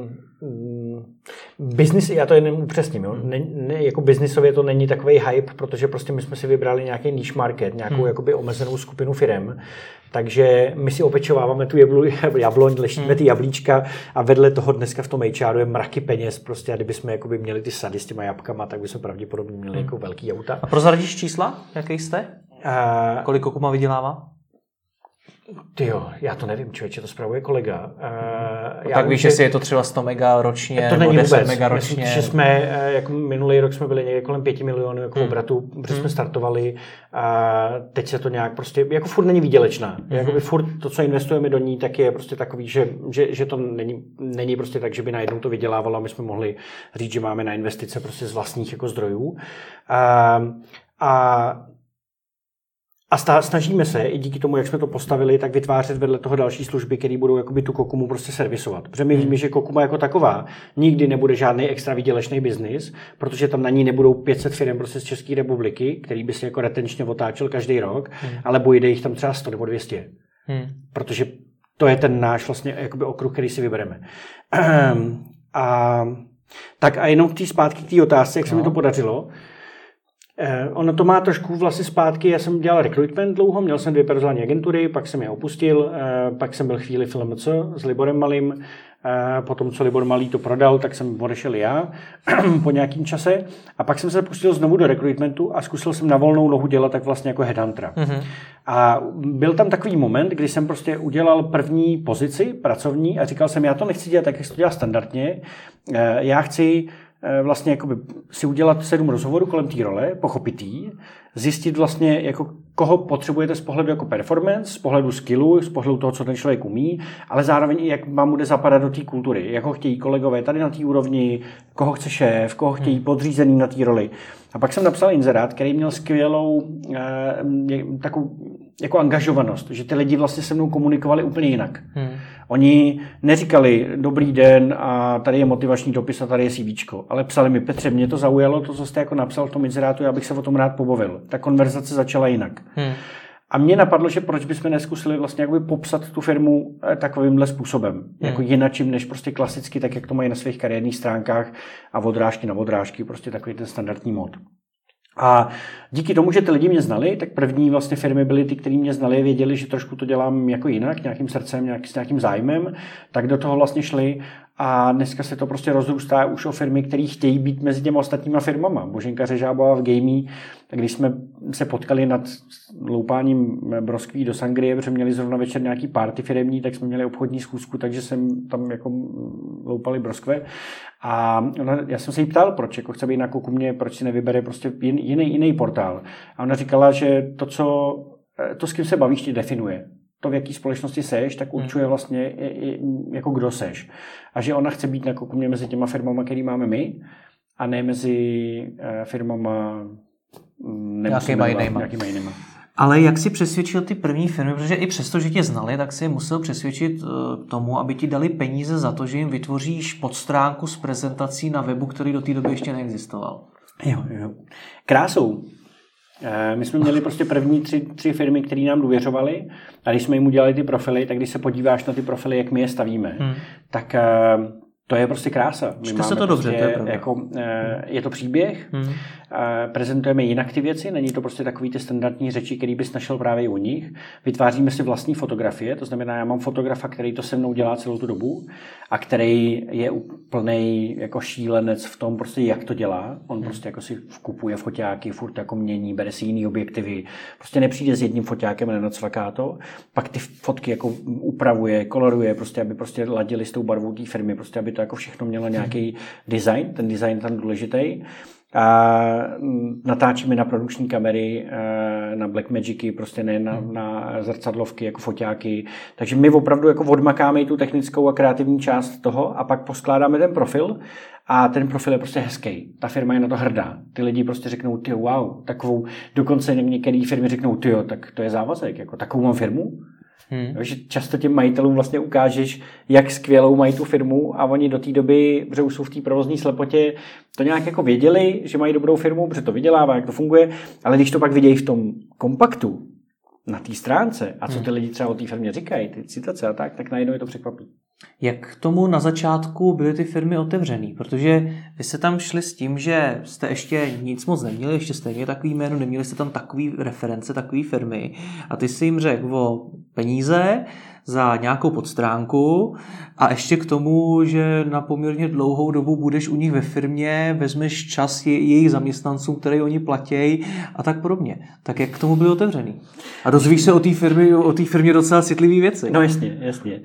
Biznis, já to jenom upřesním, jo? Jako biznisově to není takový hype, protože prostě my jsme si vybrali nějaký niche market, nějakou jakoby omezenou skupinu firem, takže my si opečováváme tu jabloň, lešíme ty jablíčka a vedle toho dneska v tom HRu je mraky peněz prostě a kdybychom jakoby měli ty sady s těma jabkama, tak bychom pravděpodobně měli jako velký auta. A prozradíš čísla? Jaký jste? Kolik Kokuma vydělává? Tyjo, já to nevím, člověče, to spravuje kolega. Tak víš, jestli je to třeba 100 mega ročně, to není 10 vůbec. mega ročně. Myslím, že jsme, jako minulý rok jsme byli někde kolem 5 milionů jako obratu, protože jsme startovali a teď se to nějak prostě, jako furt není výdělečná. Jakoby furt to, co investujeme do ní, tak je prostě takový, že to není prostě tak, že by najednou to vydělávalo a my jsme mohli říct, že máme na investice prostě z vlastních jako zdrojů. A snažíme se, i díky tomu, jak jsme to postavili, tak vytvářet vedle toho další služby, které budou jakoby tu Kokumu prostě servisovat. Protože my víme, že Kokuma jako taková nikdy nebude žádný extra výdělečný biznis, protože tam na ní nebudou 500 firm prostě z České republiky, který by si jako retenčně otáčel každý rok, ale bude jich tam třeba 100 nebo 200. Protože to je ten náš vlastně jakoby okruh, který si vybereme. A jenom k té zpátky, k té otázce, jak se mi to podařilo. Ono to má trošku vlastně zpátky, já jsem dělal recruitment dlouho, měl jsem 2 personální agentury, pak jsem je opustil, pak jsem byl chvíli v LMC s Liborem Malým, potom co Libor Malý to prodal, tak jsem odešel já po nějakým čase a pak jsem se pustil znovu do recruitmentu a zkusil jsem na volnou nohu dělat tak vlastně jako headhuntera. A byl tam takový moment, kdy jsem prostě udělal první pozici pracovní a říkal jsem, já to nechci dělat tak, jak se to dělá standardně, já chci vlastně jakoby si udělat 7 rozhovorů kolem té role, pochopit jí, zjistit vlastně, jako koho potřebujete z pohledu jako performance, z pohledu skillu, z pohledu toho, co ten člověk umí, ale zároveň i jak vám bude zapadat do té kultury, jak ho chtějí kolegové tady na té úrovni, koho chce šéf, koho chtějí podřízený na té roli. A pak jsem napsal inzerát, který měl skvělou takovou jako angažovanost, že ty lidi vlastně se mnou komunikovali úplně jinak. Oni neříkali dobrý den a tady je motivační dopis a tady je CVčko, ale psali mi, Petře, mě to zaujalo, to, co jste jako napsal v tom inzerátu, já bych se o tom rád pobavil. Ta konverzace začala jinak. A mě napadlo, že proč bychom neskusili vlastně jakoby popsat tu firmu takovýmhle způsobem. Jako jinačím, než prostě klasicky, tak jak to mají na svých kariérních stránkách a odrážky na odrážky, prostě takový ten standardní mod. A díky tomu, že ty lidi mě znali, tak první vlastně firmy byly ty, kteří mě znali, věděli, že trošku to dělám jako jinak, nějakým srdcem, s nějakým zájmem, tak do toho vlastně šli A dneska se to prostě rozrůstá už o firmy, které chtějí být mezi těmi ostatníma firmama. Boženka Řežábová v Gamey, když jsme se potkali nad loupáním broskví do sangrie, protože měli zrovna večer nějaký party firemní, tak jsme měli obchodní schůzku, takže jsem tam jako loupali broskve. A já jsem se jí ptal, proč jako chce být na Kokumě, proč si nevybere prostě jiný portál. A ona říkala, že to, s kým se bavíš, tě definuje. To, v jaký společnosti seš, tak určuje vlastně jako kdo seš. A že ona chce být na Kokumě mezi těma firmama, který máme my, a ne mezi firmama nějakýma jinýma. Ale jak si přesvědčil ty první firmy, protože i přesto, že tě znali, tak si je musel přesvědčit tomu, aby ti dali peníze za to, že jim vytvoříš podstránku s prezentací na webu, který do té doby ještě neexistoval. Jo. Krásou. My jsme měli prostě první tři firmy, které nám důvěřovaly, a když jsme jim udělali ty profily, tak když se podíváš na ty profily, jak my je stavíme, tak to je prostě krása. Čte se to dobře, to je pravda. Je to příběh, prezentujeme jinak ty věci, není to prostě takový ty standardní řeči, který bys našel právě u nich. Vytváříme si vlastní fotografie, to znamená, já mám fotografa, který to se mnou dělá celou tu dobu a který je úplnej jako šílenec v tom, prostě jak to dělá. On prostě jako si vkupuje foťáky, furt jako mění, bere si jiný objektivy, prostě nepřijde s jedním foťákem a nenacvaká to. Pak ty fotky jako upravuje, koloruje, prostě aby prostě ladili s tou barvou té firmy, prostě aby to jako všechno mělo nějaký design, ten design tam důležitý. A natáčíme na produkční kamery, na Blackmagicy, prostě ne na zrcadlovky, jako foťáky. Takže my opravdu jako odmakáme i tu technickou a kreativní část toho a pak poskládáme ten profil a ten profil je prostě hezký. Ta firma je na to hrdá. Ty lidi prostě řeknou, ty wow, takovou, dokonce některé firmy řeknou, ty jo, tak to je závazek, jako takovou mám firmu. Že často těm majitelům vlastně ukážeš, jak skvělou mají tu firmu a oni do té doby, protože už jsou v té provozní slepotě, to nějak jako věděli, že mají dobrou firmu, protože to vydělává, jak to funguje, ale když to pak vidějí v tom kompaktu na té stránce a co ty lidi třeba o té firmě říkají, ty citace a tak najednou je to překvapí. Jak k tomu na začátku byly ty firmy otevřený? Protože vy jste tam šli s tím, že jste ještě nic moc neměli, ještě jste měli takový jméno, neměli jste tam takový reference, takový firmy a ty si jim řekl o peníze za nějakou podstránku a ještě k tomu, že na poměrně dlouhou dobu budeš u nich ve firmě, vezmeš čas jejich zaměstnancům, který oni platí a tak podobně. Tak jak k tomu byli otevřený? A dozvíš se o té firmě docela citlivý věci. No jasně.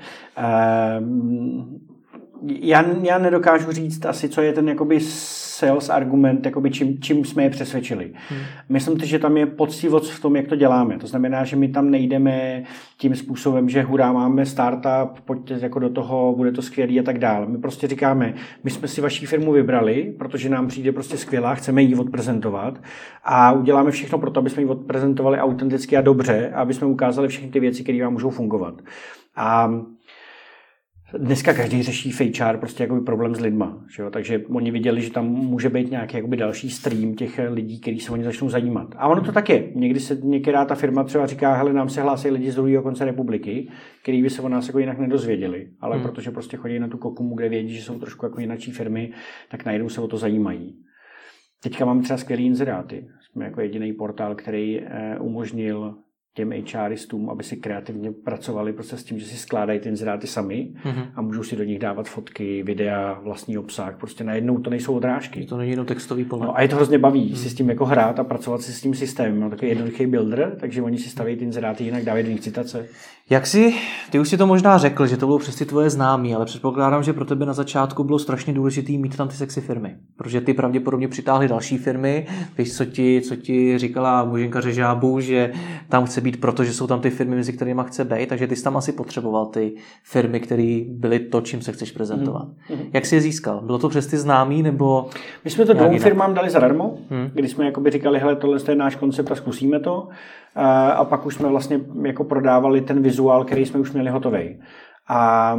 Já nedokážu říct asi, co je ten jakoby sales argument, jakoby čím jsme je přesvědčili. Myslím, že tam je poctivost v tom, jak to děláme. To znamená, že my tam nejdeme tím způsobem, že hurá, máme startup, pojďte jako do toho, bude to skvělý a tak dále. My prostě říkáme, my jsme si vaši firmu vybrali, protože nám přijde prostě skvělá, chceme ji odprezentovat a uděláme všechno pro to, aby jsme ji odprezentovali autenticky a dobře, aby jsme ukázali všechny ty věci, které vám můžou fungovat. A dneska každý řeší v HR prostě jakoby problém s lidma, že jo? Takže oni viděli, že tam může být nějaký jakoby další stream těch lidí, kteří se o ně začnou zajímat. A ono to tak je. Někdy se některá ta firma třeba říká, hele, nám se hlásí lidi z druhého konce republiky, kteří by se o nás jako jinak nedozvěděli, ale protože prostě chodí na tu Kokumu, kde vědí, že jsou trošku jako jináčí firmy, tak najednou se o to zajímají. Teďka máme třeba skvělý inzeráty. Jsme jako jediný portál, který umožnil těm HRistům, aby si kreativně pracovali prostě s tím, že si skládají ty inzeráty sami a můžou si do nich dávat fotky, videa, vlastní obsah. Prostě najednou to nejsou odrážky. To není jenom textový pole. No a je to hrozně baví si s tím jako hrát a pracovat si s tím systémem. Mám takový jednoduchý builder, takže oni si staví ty inzeráty jinak, dávají do nich citace. Ty už si to možná řekl, že to bylo přes ty tvoje známí, ale předpokládám, že pro tebe na začátku bylo strašně důležité mít tam ty sexy firmy, protože ty pravděpodobně přitáhly další firmy. Víš, co ti říkala Boženka Řežábů, že tam chce být, protože jsou tam ty firmy, mezi kterými chce být, takže ty jsi tam asi potřeboval ty firmy, které byly to, čím se chceš prezentovat. Jak jsi je získal? Bylo to přes ty známí nebo? My jsme to dvou firmám dali zadarmo, kdy jsme jakoby říkali, hele, tohle je náš koncept a zkusíme to. A pak už jsme vlastně jako prodávali ten vizuál, který jsme už měli hotový. A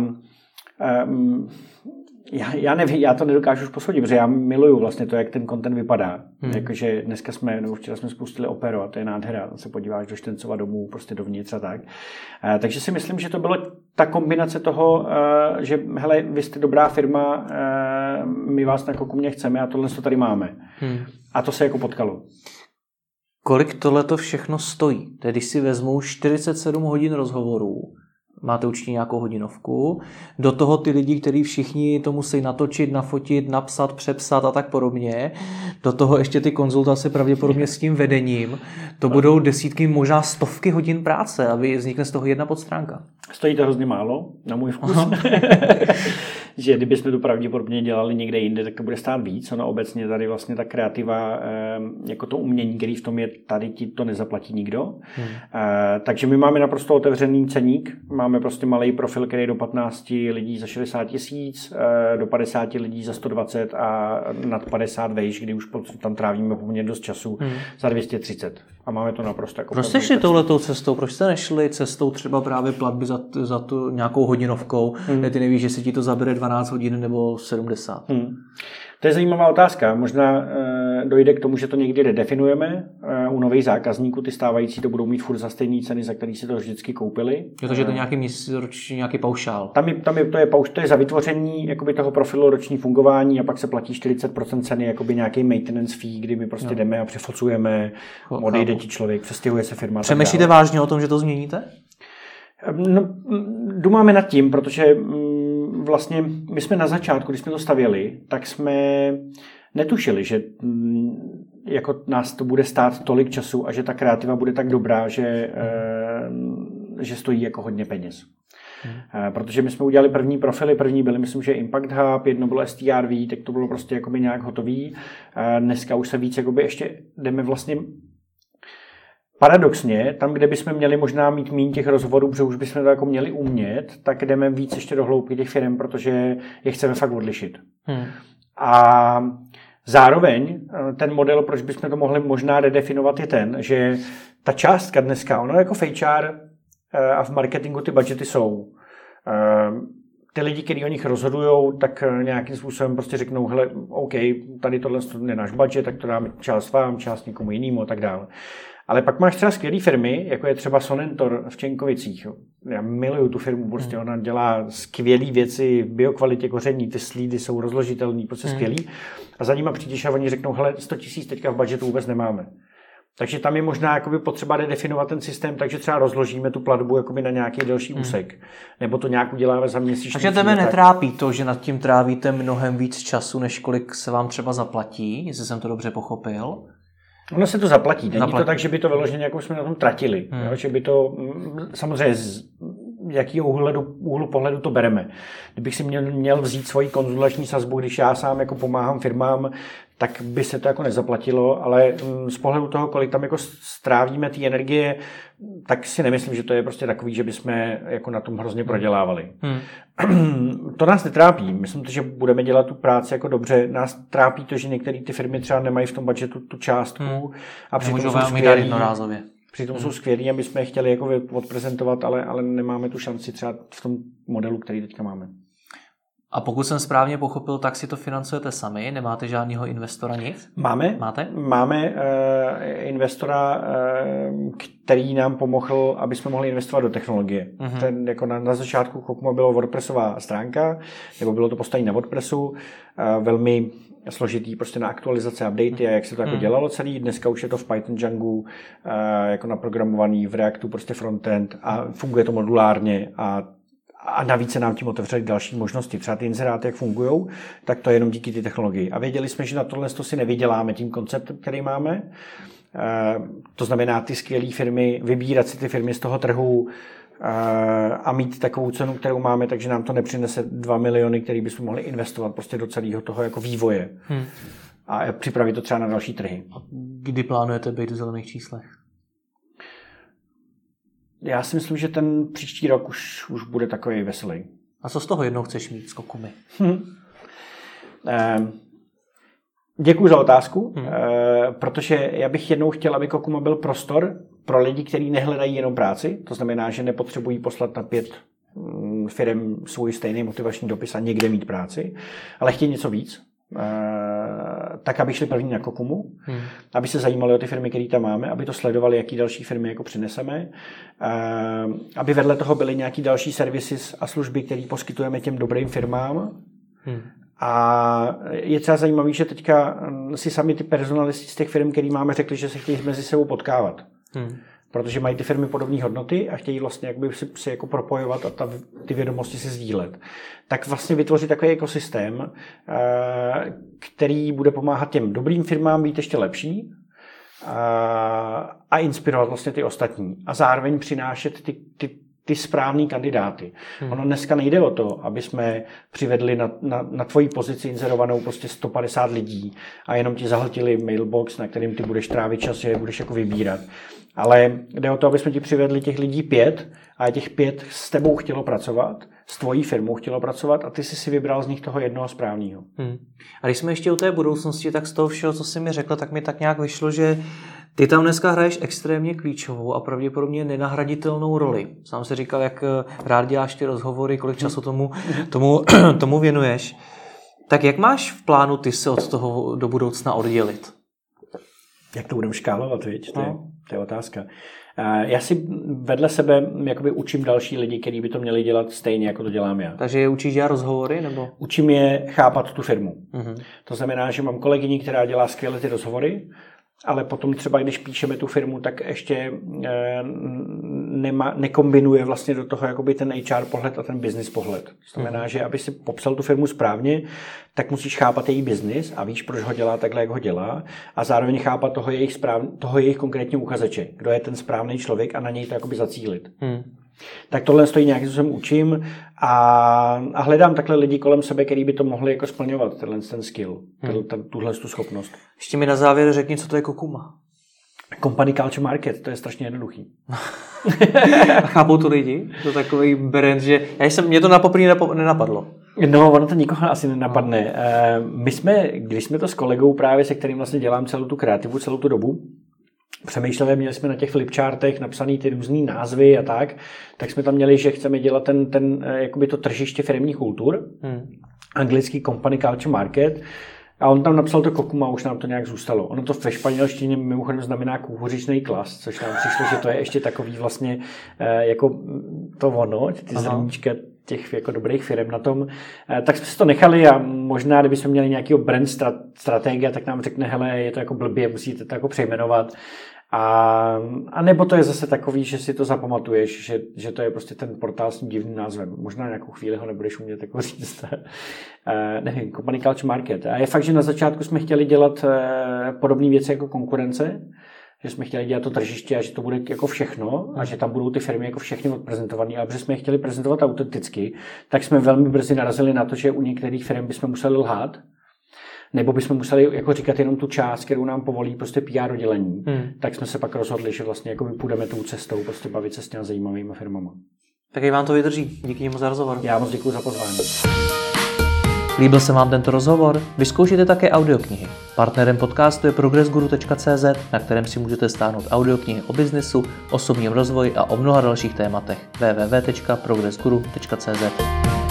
já nevím, já to nedokážu už posoudit, protože já miluju vlastně to, jak ten content vypadá. Jakože dneska včera jsme spustili Opero a to je nádhera. Se podíváš do Štencova domů, prostě dovnitř a tak. Takže si myslím, že to bylo ta kombinace toho, že hele, vy jste dobrá firma, my vás na Kokumě chceme a tohle to tady máme. A to se jako potkalo. Kolik tohleto všechno stojí? Tedy když si vezmou 47 hodin rozhovorů máte určitě nějakou hodinovku, do toho ty lidi, kteří všichni to musí natočit, nafotit, napsat, přepsat a tak podobně, do toho ještě ty konzultace pravděpodobně s tím vedením, to budou desítky, možná stovky hodin práce, aby vznikne z toho jedna podstránka. Stojí to hrozně málo, na můj vkus. Že kdybychom to pravděpodobně dělali někde jinde, tak to bude stát víc. Ono obecně tady vlastně ta kreativa, jako to umění, který v tom je, tady ti to nezaplatí nikdo. Takže my máme naprosto otevřený ceník. Máme prostě malý profil, který je do 15 lidí za 60 000, do 50 lidí za 120 a nad 50 vejš, kdy už tam trávíme poměrně dost času, za 230. A máme to naprosto jako... Proč jste šli touhletou cestou? Proč jste nešli cestou třeba právě platby za tu nějakou hodinovkou, kde ty nevíš, že si ti to zabere 12 hodin nebo 70? To je zajímavá otázka. Možná dojde k tomu, že to někdy redefinujeme. U nových zákazníků ty stávající to budou mít furt za stejné ceny, za které si to vždycky koupili. Protože to je nějaký měsíc, roční, nějaký paušál. To je za vytvoření jakoby toho profilu roční fungování a pak se platí 40% ceny, jakoby nějaký maintenance fee, kdy my prostě jdeme a přefocujeme, odejde ti člověk, přestěhuje se firma. Přemýšlíte vážně o tom, že to změníte? No, dumáme nad tím, protože vlastně my jsme na začátku, když jsme to stavěli, tak jsme netušili, že jako nás to bude stát tolik času a že ta kreativa bude tak dobrá, že stojí jako hodně peněz. Protože my jsme udělali první profily, první byly, myslím, že Impact Hub, jedno bylo STRV, tak to bylo prostě jakoby nějak hotový. Dneska už se víc jakoby ještě jdeme vlastně paradoxně, tam, kde bychom měli možná mít méně těch rozhovorů, protože už bychom to jako měli umět, tak jdeme víc ještě do hloubky těch firm, protože je chceme fakt odlišit. A zároveň ten model, proč bychom to mohli možná redefinovat, je ten, že ta částka dneska, ono jako v HR a v marketingu ty budgety jsou. Ty lidi, kteří o nich rozhodujou, tak nějakým způsobem prostě řeknou, hele, OK, tady tohle je náš budget, tak to dáme část vám, část někomu jinému a tak dále. Ale pak máš třeba skvělé firmy, jako je třeba Sonentor v Čenkovicích. Já miluju tu firmu, prostě ona dělá skvělé věci v biokvalitě koření, ty slídy jsou rozložitelný, prostě skvělý. A za nima přijdeš a oni řeknou, hele, 100 000 teďka v budžetu vůbec nemáme. Takže tam je možná jakoby potřeba redefinovat ten systém, takže třeba rozložíme tu platbu jakoby na nějaký delší úsek. Nebo to nějak uděláme za měsíc. Takže tebe netrápí to, že nad tím trávíte mnohem víc času, než kolik se vám třeba zaplatí, jestli jsem to dobře pochopil? Ono se to zaplatí. Není to tak, že by to vyloženě jako jsme na tom tratili. Jo? Že by to, samozřejmě z jakého úhlu pohledu to bereme. Kdybych si měl vzít svoji konzultační sazbu, když já sám jako pomáhám firmám, tak by se to jako nezaplatilo, ale z pohledu toho, kolik tam jako strávíme té energie, tak si nemyslím, že to je prostě takový, že bychom jako na tom hrozně prodělávali. To nás netrápí. Myslím, že budeme dělat tu práci jako dobře. Nás trápí to, že některé ty firmy třeba nemají v tom budžetu tu částku a přitom jsou skvělí a my jsme je chtěli jako odprezentovat, ale nemáme tu šanci třeba v tom modelu, který teďka máme. A pokud jsem správně pochopil, tak si to financujete sami? Nemáte žádného investora nic? Máme investora, který nám pomohl, aby jsme mohli investovat do technologie. Ten, jako na začátku Kokuma bylo WordPressová stránka, nebo bylo to postavení na WordPressu, velmi složitý prostě na aktualizace, updaty a jak se to jako dělalo celý. Dneska už je to v Python Django jako naprogramovaný, v Reactu prostě frontend a funguje to modulárně a navíc se nám tím otevřely další možnosti. Třeba ty inzeráty, jak fungujou, tak to je jenom díky té technologii. A věděli jsme, že na tohle si nevyděláme tím konceptem, který máme. To znamená ty skvělé firmy, vybírat si ty firmy z toho trhu a mít takovou cenu, kterou máme, takže nám to nepřinese 2 miliony, který bychom mohli investovat prostě do celého toho jako vývoje. A připravit to třeba na další trhy. A kdy plánujete být v zelených číslech? Já si myslím, že ten příští rok už bude takový veselý. A co z toho jednou chceš mít s Kokumy? Děkuji za otázku, protože já bych jednou chtěl, aby Kokuma byl prostor pro lidi, kteří nehledají jenom práci. To znamená, že nepotřebují poslat na 5 firem svůj stejný motivační dopis a někde mít práci, ale chtějí něco víc. Tak, aby šli první na Kokumu, aby se zajímali o ty firmy, které tam máme, aby to sledovali, jaký další firmy jako přineseme, aby vedle toho byly nějaký další servisy a služby, které poskytujeme těm dobrým firmám. A je třeba zajímavý, že teďka si sami ty personalisti z těch firm, který máme, řekli, že se chtějí mezi sebou potkávat. protože mají ty firmy podobné hodnoty a chtějí vlastně jakby si jako propojovat a ty vědomosti si sdílet. Tak vlastně vytvořit takový ekosystém, který bude pomáhat těm dobrým firmám být ještě lepší a inspirovat vlastně ty ostatní. A zároveň přinášet ty správný kandidáty. Ono dneska nejde o to, aby jsme přivedli na tvoji pozici inzerovanou prostě 150 lidí a jenom ti zahltili mailbox, na kterým ty budeš trávit čas, že je budeš jako vybírat. Ale jde o to, aby jsme ti přivedli těch lidí 5 a těch 5 s tebou chtělo pracovat, s tvojí firmou chtělo pracovat a ty si vybral z nich toho jednoho správného. A když jsme ještě u té budoucnosti, tak z toho všeho, co jsi mi řekl, tak mi tak nějak vyšlo, že ty tam dneska hraješ extrémně klíčovou a pravděpodobně nenahraditelnou roli. Sám si říkal, jak rád děláš ty rozhovory, kolik času tomu věnuješ. Tak jak máš v plánu ty se od toho do budoucna oddělit? Jak to budeme škálovat, viď? To je otázka. Já si vedle sebe jakoby učím další lidi, kteří by to měli dělat stejně, jako to dělám já. Takže je učíš dělat rozhovory? Nebo? Učím je chápat tu firmu. To znamená, že mám kolegyni, která dělá skvěle ty rozhovory, ale potom třeba, když píšeme tu firmu, tak ještě nekombinuje vlastně do toho jakoby ten HR pohled a ten business pohled. To znamená, že aby si popsal tu firmu správně, tak musíš chápat její business a víš, proč ho dělá takhle, jak ho dělá a zároveň chápat toho jejich konkrétního uchazeče, kdo je ten správný člověk a na něj to jakoby zacílit. Tak tohle stojí nějakým způsobem učím a hledám takhle lidi kolem sebe, který by to mohli jako splňovat, ten skill, tuhle tu schopnost. Ještě mi na závěr řekni, co to je Kokuma. Company Culture Market, to je strašně jednoduchý. Chápou to lidi? To takový brand, že mě to na poprvé nenapadlo. No, ono to nikoho asi nenapadne. Když jsme to s kolegou právě, se kterým vlastně dělám celou tu kreativu, celou tu dobu, přemýšleli, měli jsme na těch flipchartech napsaný ty různý názvy a tak jsme tam měli, že chceme dělat jakoby to tržiště firemních kultur, anglický Company Culture Market, a on tam napsal to Kokuma a už nám to nějak zůstalo. Ono to ve španělštině mimochodem znamená kukuřičný klas, což nám přišlo, že to je ještě takový vlastně jako to ono, ty zrníčka těch jako dobrých firm na tom. Tak jsme si to nechali a možná, kdybychom měli nějakého brand strategie, tak nám řekne, hele, je to jako blbě, musíte to jako přejmenovat. A nebo to je zase takový, že si to zapamatuješ, že to je prostě ten portál s tím divným názvem. Možná nějakou chvíli ho nebudeš umět jako říct. Nevím, Company Culture Market. A je fakt, že na začátku jsme chtěli dělat podobné věci jako konkurence, že jsme chtěli dělat to tržiště a že to bude jako všechno a že tam budou ty firmy jako všechny odprezentované, ale protože jsme je chtěli prezentovat autenticky, tak jsme velmi brzy narazili na to, že u některých firm bychom museli lhát, nebo bychom museli jako říkat jenom tu část, kterou nám povolí prostě PR oddělení. Tak jsme se pak rozhodli, že vlastně jako půjdeme tou cestou, prostě bavit se s těmi zajímavými firmama. Tak i vám to vydrží. Díky moc za rozhovor. Já moc děkuji za pozvání. Líbil se vám tento rozhovor? Vyzkoušejte také audioknihy. Partnerem podcastu je progressguru.cz, na kterém si můžete stáhnout audioknihy o biznesu, osobním rozvoji a o mnoha dalších tématech. www.progressguru.cz